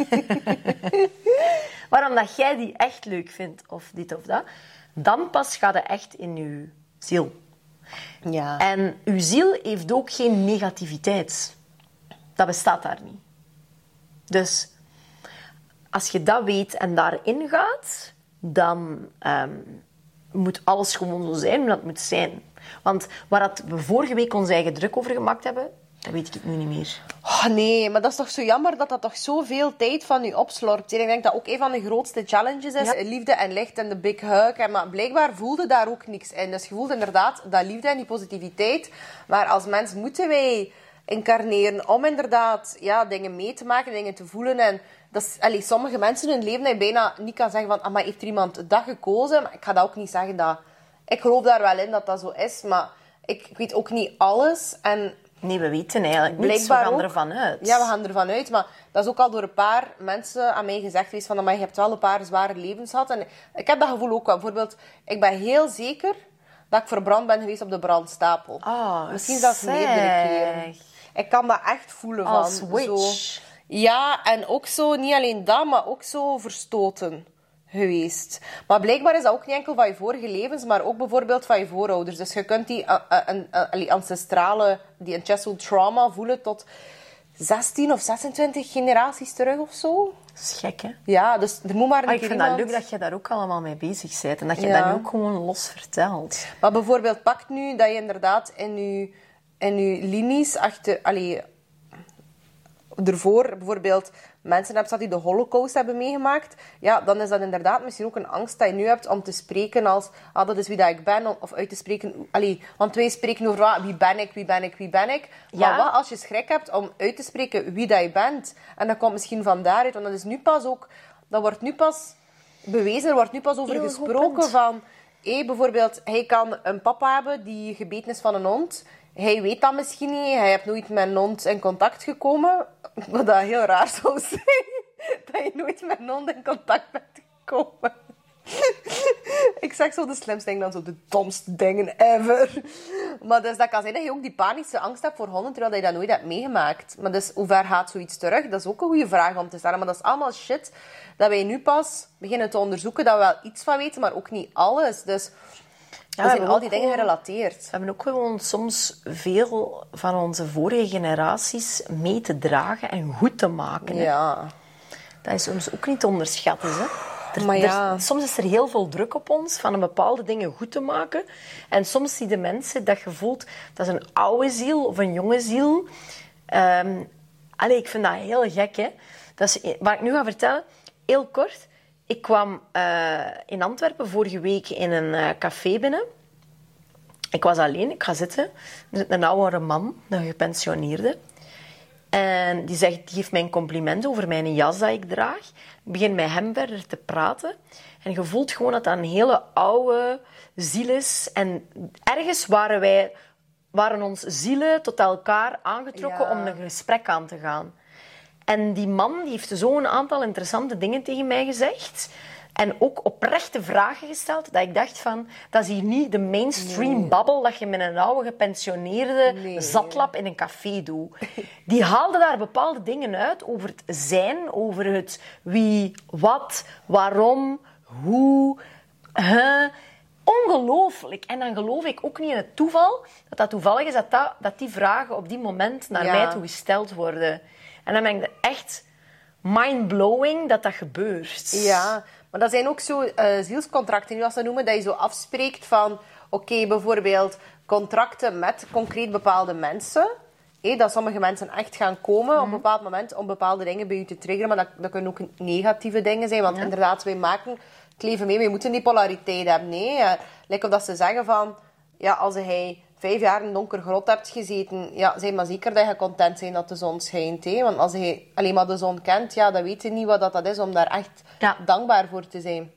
Waarom dat jij die echt leuk vindt of dit of dat, dan pas gaat het echt in je ziel. Ja. En je ziel heeft ook geen negativiteit. Dat bestaat daar niet. Dus als je dat weet en daarin gaat, dan um, moet alles gewoon zo zijn hoe dat moet zijn. Want waar dat we vorige week ons eigen druk over gemaakt hebben, dat weet ik nu niet meer. Oh, nee, maar dat is toch zo jammer dat dat toch zoveel tijd van je opslorpt. Ik denk dat ook een van de grootste challenges is. Ja. Liefde en licht en de big hug. En maar blijkbaar voelde daar ook niks in. Dus je voelt inderdaad dat liefde en die positiviteit. Maar als mens moeten wij incarneren om inderdaad ja, dingen mee te maken, dingen te voelen. En dat is, allez, sommige mensen in hun leven dat je bijna niet kan zeggen van, ah, maar heeft er iemand dat gekozen? Maar ik ga dat ook niet zeggen dat... Ik geloof daar wel in dat dat zo is, maar ik, ik weet ook niet alles. En Nee, we weten eigenlijk niets. We Blijkbaar gaan ook. ervan uit. Ja, we gaan ervan uit. Maar dat is ook al door een paar mensen aan mij gezegd geweest. Van, "Amai, je hebt wel een paar zware levens gehad." En ik heb dat gevoel ook wel. Bijvoorbeeld, ik ben heel zeker dat ik verbrand ben geweest op de brandstapel. Ah, Misschien zelfs zeg. meerdere keren. Ik kan dat echt voelen. Als van, witch. Zo. Ja, en ook zo, niet alleen dat, maar ook zo verstoten geweest. Maar blijkbaar is dat ook niet enkel van je vorige levens, maar ook bijvoorbeeld van je voorouders. Dus je kunt die, uh, uh, uh, uh, ancestrale, die ancestral trauma voelen tot zestien of zesentwintig generaties terug of zo. Dat is gek, hè? Ja, dus er moet maar een Maar ik keer vind iemand... dat leuk dat je daar ook allemaal mee bezig bent. En dat je Ja. dat nu ook gewoon los vertelt. Maar bijvoorbeeld, pak nu dat je inderdaad in je, in je linies achter... Allee, ervoor bijvoorbeeld mensen hebt dat die de Holocaust hebben meegemaakt, ja, dan is dat inderdaad misschien ook een angst dat je nu hebt om te spreken als, ah, dat is wie dat ik ben, of uit te spreken, allee, want wij spreken over ah, wie ben ik, wie ben ik, wie ben ik. Maar Ja. wat als je schrik hebt om uit te spreken wie dat je bent? En dat komt misschien van daaruit, want dat is nu pas ook, dat wordt nu pas bewezen, er wordt nu pas over Heel goed gesproken punt. van, hé, bijvoorbeeld, hij kan een papa hebben die gebeten is van een hond. Hij weet dat misschien niet. Hij heeft nooit met een hond in contact gekomen. Wat dat heel raar zou zijn. Dat je nooit met een hond in contact bent gekomen. Ik zeg zo de slimste dingen, dan zo de domste dingen ever. Maar dus dat kan zijn dat je ook die panische angst hebt voor honden, terwijl je dat nooit hebt meegemaakt. Maar dus hoe ver gaat zoiets terug? Dat is ook een goede vraag om te stellen. Maar dat is allemaal shit dat wij nu pas beginnen te onderzoeken, dat we wel iets van weten, maar ook niet alles. Dus... Ja, we we zijn hebben al die ook dingen gewoon- gerelateerd. We hebben ook gewoon soms veel van onze vorige generaties mee te dragen en goed te maken. Hè. Ja. Dat is soms ook niet te onderschatten. Hè. Er- Maar ja. er- soms is er heel veel druk op ons van een bepaalde dingen goed te maken. En soms zie je mensen dat je voelt, dat is een oude ziel of een jonge ziel. Ehm allee, ik vind dat heel gek. Hè. Dat is, wat ik nu ga vertellen, heel kort. Ik kwam eh, in Antwerpen vorige week in een eh, café binnen. Ik was alleen, ik ga zitten. Er zit een oudere man, een gepensioneerde. En die, zegt, die geeft mij een compliment over mijn jas dat ik draag. Ik begin met hem verder te praten. En je voelt gewoon dat dat een hele oude ziel is. En ergens waren wij, waren ons zielen tot elkaar aangetrokken Ja. om een gesprek aan te gaan. En die man die heeft zo'n aantal interessante dingen tegen mij gezegd. En ook oprechte vragen gesteld. Dat ik dacht van, dat is hier niet de mainstream babbel dat je met een oude gepensioneerde Nee. zatlap in een café doet. Die haalde daar bepaalde dingen uit over het zijn, over het wie, wat, waarom, hoe, huh. Ongelooflijk. En dan geloof ik ook niet in het toeval, dat dat toevallig is dat, dat, dat die vragen op die moment naar Ja. mij toe gesteld worden. En dan ben ik echt mind-blowing dat dat gebeurt. Ja, maar dat zijn ook zo eh, zielscontracten, nu als ze noemen, dat je zo afspreekt van, oké, bijvoorbeeld contracten met concreet bepaalde mensen. Hé, dat sommige mensen echt gaan komen op een bepaald moment om bepaalde dingen bij je te triggeren, maar dat, dat kunnen ook negatieve dingen zijn, want inderdaad, wij maken het leven mee, wij moeten die polariteit hebben. Nee, uh, lijkt of dat ze zeggen van, ja, als hij vijf jaar in een donker grot hebt gezeten, ja, zeg maar zeker dat je content bent dat de zon schijnt. Hè? Want als je alleen maar de zon kent, ja, dan weet je niet wat dat is om daar echt Ja. dankbaar voor te zijn.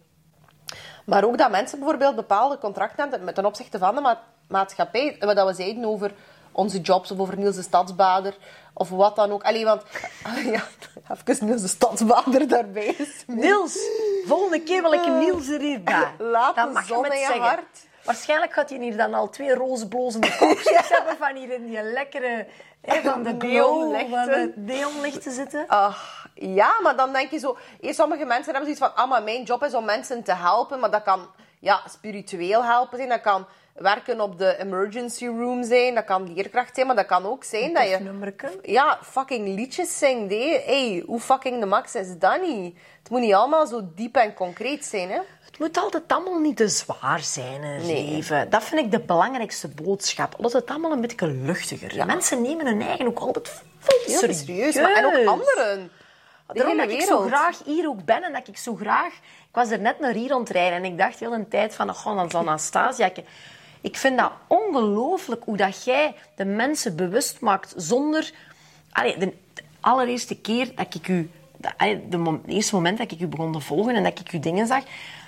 Maar ook dat mensen bijvoorbeeld bepaalde contracten hebben met ten opzichte van de ma- maatschappij. Wat dat we zeiden over onze jobs of over Niels de Stadsbader of wat dan ook. Allee, want... Ja, even Niels de Stadsbader daarbij is. Niels, volgende keer wil ik een Niels er hierbij. Laat Dat de mag je zon met in je zeggen. hart. Waarschijnlijk gaat hij hier dan al twee roze blozende kopjes hebben van hier in die lekkere... Hè, van de glow, van de Neonlichten. neonlichten zitten. Ach, ja, maar dan denk je zo... Hé, sommige mensen hebben zoiets van... Ah, maar mijn job is om mensen te helpen. Maar dat kan ja, spiritueel helpen zijn. Dat kan werken op de emergency room zijn. Dat kan leerkracht zijn. Maar dat kan ook zijn dat je... nummerke. Ja, fucking liedjes zingt. Hé, hey, hoe fucking de max is dat niet? Het moet niet allemaal zo diep en concreet zijn, hè? Het moet altijd allemaal niet te zwaar zijn in het Nee. leven. Dat vind ik de belangrijkste boodschap. Laat het allemaal een beetje luchtiger. Mensen nemen hun eigen ook altijd veel Heel serieus. serieus. Maar, en ook anderen. De Daarom hele dat ik zo wereld. graag hier ook ben en dat ik zo graag... Ik was er net naar hier aan het rijden en ik dacht heel een tijd van... Oh, dan is Anastasia. Ik, ik vind dat ongelooflijk hoe dat jij de mensen bewust maakt zonder... Allee, de, de allereerste keer dat ik u... De, allee, de, mom- het eerste moment dat ik u begon te volgen en dat ik u dingen zag...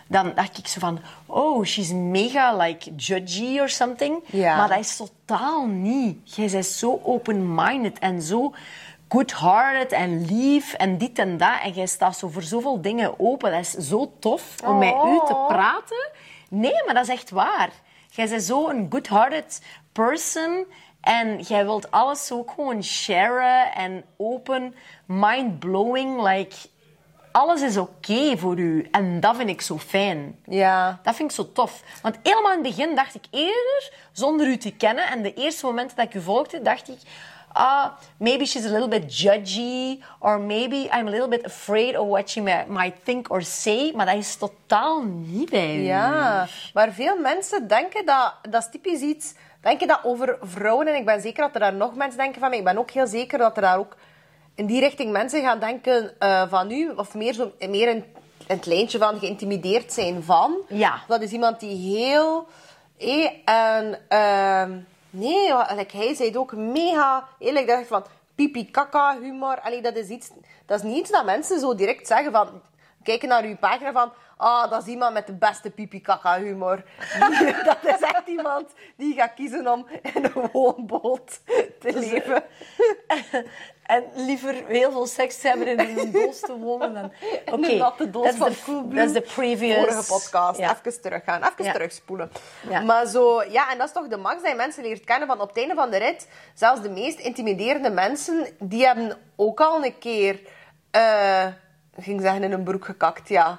dan dacht ik zo van... Oh, she's mega, like, judgy or something. Ja. Maar dat is totaal niet. Jij bent zo open-minded en zo good-hearted en lief en dit en dat. En jij staat zo voor zoveel dingen open. Dat is zo tof om Oh. met u te praten. Nee, maar dat is echt waar. Jij bent zo een good-hearted person... En jij wilt alles ook gewoon sharen en open, mind-blowing. Like, alles is oké okay voor u. En dat vind ik zo fijn. Ja. Dat vind ik zo tof. Want helemaal in het begin dacht ik eerder, zonder u te kennen... En de eerste momenten dat ik u volgde, dacht ik... Ah, maybe she's a little bit judgy. Or maybe I'm a little bit afraid of what she may, might think or say. Maar dat is totaal niet bij u. Ja, maar veel mensen denken dat... Dat is typisch iets... Denken dat over vrouwen. En ik ben zeker dat er daar nog mensen denken van... Ik ben ook heel zeker dat er daar ook... In die richting mensen gaan denken uh, van u. Of meer, zo, meer in, in het lijntje van geïntimideerd zijn van. Ja. Dat is iemand die heel... Eh, en, uh, nee, like hij zei het ook mega... Eerlijk dacht ik van... Pipi-kaka humor. Allee, dat is iets... Dat is niet iets dat mensen zo direct zeggen van... Kijken naar uw pagina van... Ah, dat is iemand met de beste pipi-kaka-humor. Dat is echt iemand die gaat kiezen om in een woonboot te leven. En liever heel veel seks te hebben en in een doos te wonen. Dan... Oké, okay, natte doos van Coolblue. Dat is de previous... Vorige podcast. Ja. Even teruggaan. Even ja. terugspoelen. Ja. Maar zo... Ja, en dat is toch de max dat je mensen leert kennen van op het einde van de rit. Zelfs de meest intimiderende mensen, die hebben ook al een keer... Uh, ik ging zeggen in een broek gekakt, ja.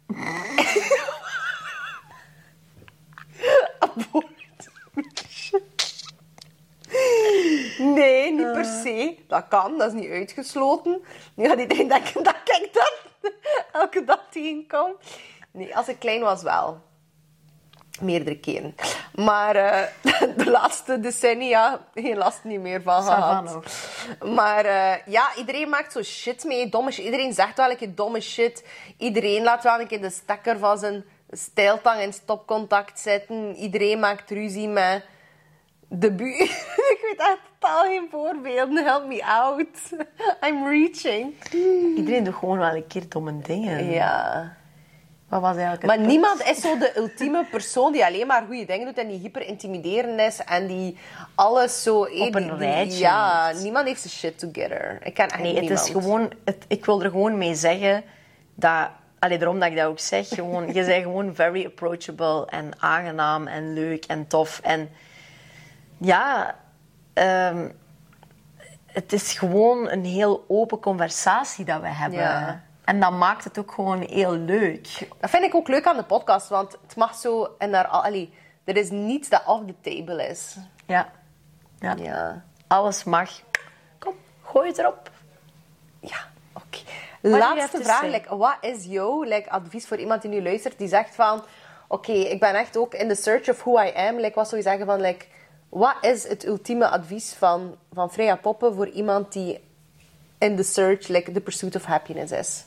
Nee, niet per se. Dat kan, dat is niet uitgesloten. Nu gaat iedereen denken dat ik dat elke dag tegenkom. Nee, als ik klein was wel. Meerdere keren. Maar uh, de laatste decennia geen last niet meer van gehad. Maar uh, ja, iedereen maakt zo shit mee. Domme shit. Iedereen zegt wel een keer domme shit. Iedereen laat wel een keer de stekker van zijn stijltang in stopcontact zetten. Iedereen maakt ruzie met de buurt. Ik weet echt totaal geen voorbeelden. Help me out. I'm reaching. Iedereen doet gewoon wel een keer domme dingen. Ja. Wat was eigenlijk maar punt? niemand is zo de ultieme persoon die alleen maar goede dingen doet en die hyper intimiderend is en die alles zo... Eh, op een die, rijtje. Die, ja, niemand heeft zijn shit together. Ik ken echt nee, het niemand. is gewoon... Het, ik wil er gewoon mee zeggen dat... Allee, daarom dat ik dat ook zeg. Gewoon, je bent gewoon very approachable en aangenaam en leuk en tof. En ja... Um, het is gewoon een heel open conversatie dat we hebben. Ja. En dat maakt het ook gewoon heel leuk. Dat vind ik ook leuk aan de podcast, want het mag zo... En daar, allee, er is niets dat off the table is. Ja. Ja. Ja. Alles mag. Kom, gooi het erop. Ja, oké. Okay. Laatste vraag. Like, wat is jouw like, advies voor iemand die nu luistert, die zegt van... Oké, okay, ik ben echt ook in the search of who I am. Like, wat zou je zeggen van... Like, wat is het ultieme advies van, van Freya Poppen voor iemand die in the search, like, the pursuit of happiness is?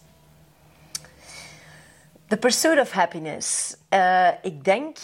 The pursuit of happiness. Uh, ik denk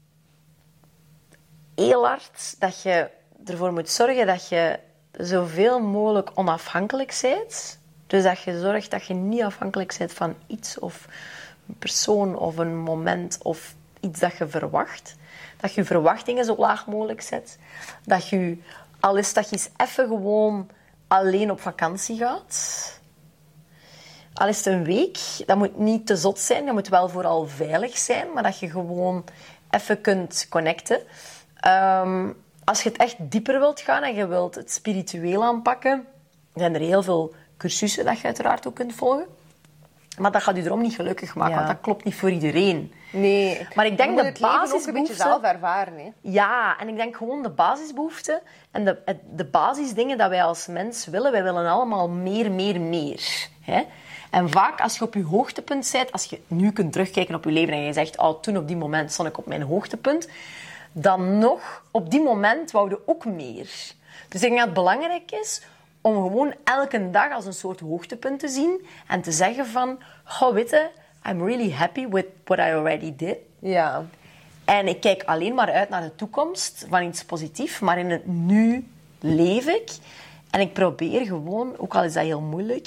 heel hard dat je ervoor moet zorgen dat je zoveel mogelijk onafhankelijk bent. Dus dat je zorgt dat je niet afhankelijk bent van iets of een persoon of een moment of iets dat je verwacht. Dat je je verwachtingen zo laag mogelijk zet. Dat je, al is dat je eens even gewoon alleen op vakantie gaat. Al is het een week, dat moet niet te zot zijn. Dat moet wel vooral veilig zijn, maar dat je gewoon even kunt connecten. Um, als je het echt dieper wilt gaan en je wilt het spiritueel aanpakken, zijn er heel veel cursussen dat je uiteraard ook kunt volgen. Maar dat gaat je erom niet gelukkig maken, ja. Want dat klopt niet voor iedereen. Nee, maar ik denk de de basisbehoeften... ook een beetje zelf ervaren. Hè? Ja, en ik denk gewoon de basisbehoeften en de, de basisdingen dat wij als mens willen. Wij willen allemaal meer, meer, meer. Hè? En vaak als je op je hoogtepunt bent, als je nu kunt terugkijken op je leven en je zegt, oh, toen op die moment stond ik op mijn hoogtepunt, dan nog, op die moment wou je ook meer. Dus ik denk dat het belangrijk is om gewoon elke dag als een soort hoogtepunt te zien en te zeggen van, oh, weet je, I'm really happy with what I already did. Ja. En ik kijk alleen maar uit naar de toekomst van iets positiefs, maar in het nu leef ik. En ik probeer gewoon, ook al is dat heel moeilijk,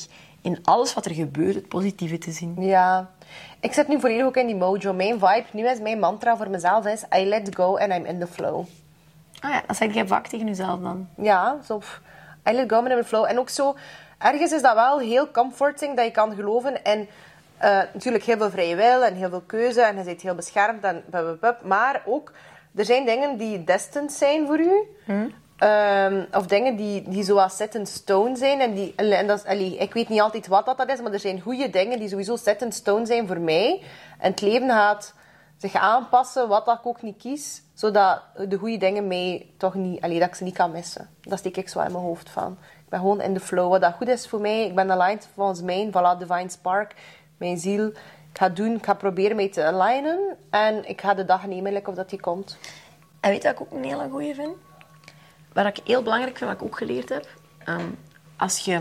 in alles wat er gebeurt het positieve te zien. Ja. Ik zit nu volledig ook in die mojo. Mijn vibe, nu is mijn mantra voor mezelf is I let go and I'm in the flow. Ah ja, dat zeg jij vaak tegen jezelf dan. Ja, zo. I let go and I'm in the flow. En ook zo, ergens is dat wel heel comforting dat je kan geloven in uh, natuurlijk heel veel vrije wil en heel veel keuze en je bent heel beschermd en bup, bup, bup. Maar ook, er zijn dingen die destined zijn voor u. Hmm. Um, of dingen die, die zoals set in stone zijn. En die, en dat is, allee, ik weet niet altijd wat dat is, maar er zijn goede dingen die sowieso set in stone zijn voor mij. En het leven gaat zich aanpassen, wat dat ik ook niet kies. Zodat de goede dingen mij toch niet... Allee, dat ik ze niet kan missen. Dat steek ik zo in mijn hoofd van. Ik ben gewoon in de flow. Wat dat goed is voor mij. Ik ben aligned volgens mij. Voilà, Divine Spark. Mijn ziel. Ik ga doen, ik ga proberen mij te alignen. En ik ga de dag nemen, like of dat die komt. En weet je wat ik ook een hele goeie vind? Wat ik heel belangrijk vind, wat ik ook geleerd heb. Um, als je...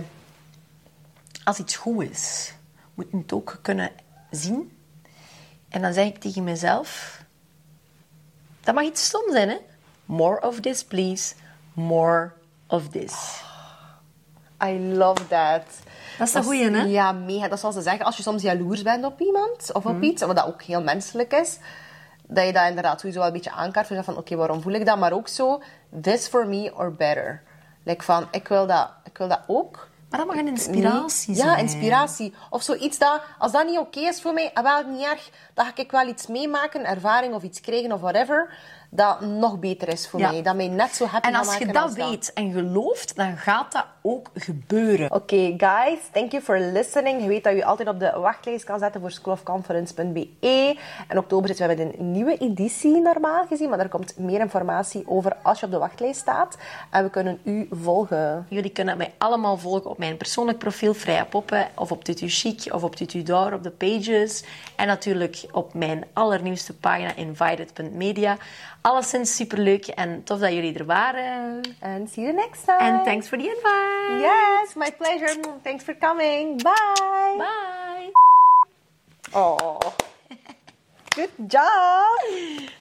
Als iets goed is, moet je het ook kunnen zien. En dan zeg ik tegen mezelf... Dat mag iets stom zijn, hè? More of this, please. More of this. I love that. Dat is een goeie, hè? Ja, mega. Dat is zoals ze zeggen. Als je soms jaloers bent op iemand of op mm. iets, wat dat ook heel menselijk is, dat je dat inderdaad sowieso wel een beetje aankaart. Van, oké, okay, waarom voel ik dat? Maar ook zo, this for me or better. Like van, ik wil dat, ik wil dat ook. Maar dat mag een inspiratie nee. zijn. Ja, inspiratie. Of zoiets dat, als dat niet oké okay is voor mij, wel niet erg, dan ga ik wel iets meemaken, ervaring of iets krijgen of whatever, dat nog beter is voor ja. mij. Dat mij net zo happy En als maken je dat als weet dat. en gelooft, dan gaat dat ook gebeuren. Oké, okay, guys. Thank you for listening. Je weet dat je je altijd op de wachtlijst kan zetten voor school of conference punt b e. In oktober zitten we met een nieuwe editie, normaal gezien. Maar er komt meer informatie over als je op de wachtlijst staat. En we kunnen u volgen. Jullie kunnen mij allemaal volgen op mijn persoonlijk profiel, Freya Poppen, of op Tutu Chic, of op Tutu Door, op de pages. En natuurlijk op mijn allernieuwste pagina, invited punt media. Alleszins superleuk en tof dat jullie er waren. And see you next time. And thanks for the invite. Yes, my pleasure. Thanks for coming. Bye. Bye. Oh. Good job.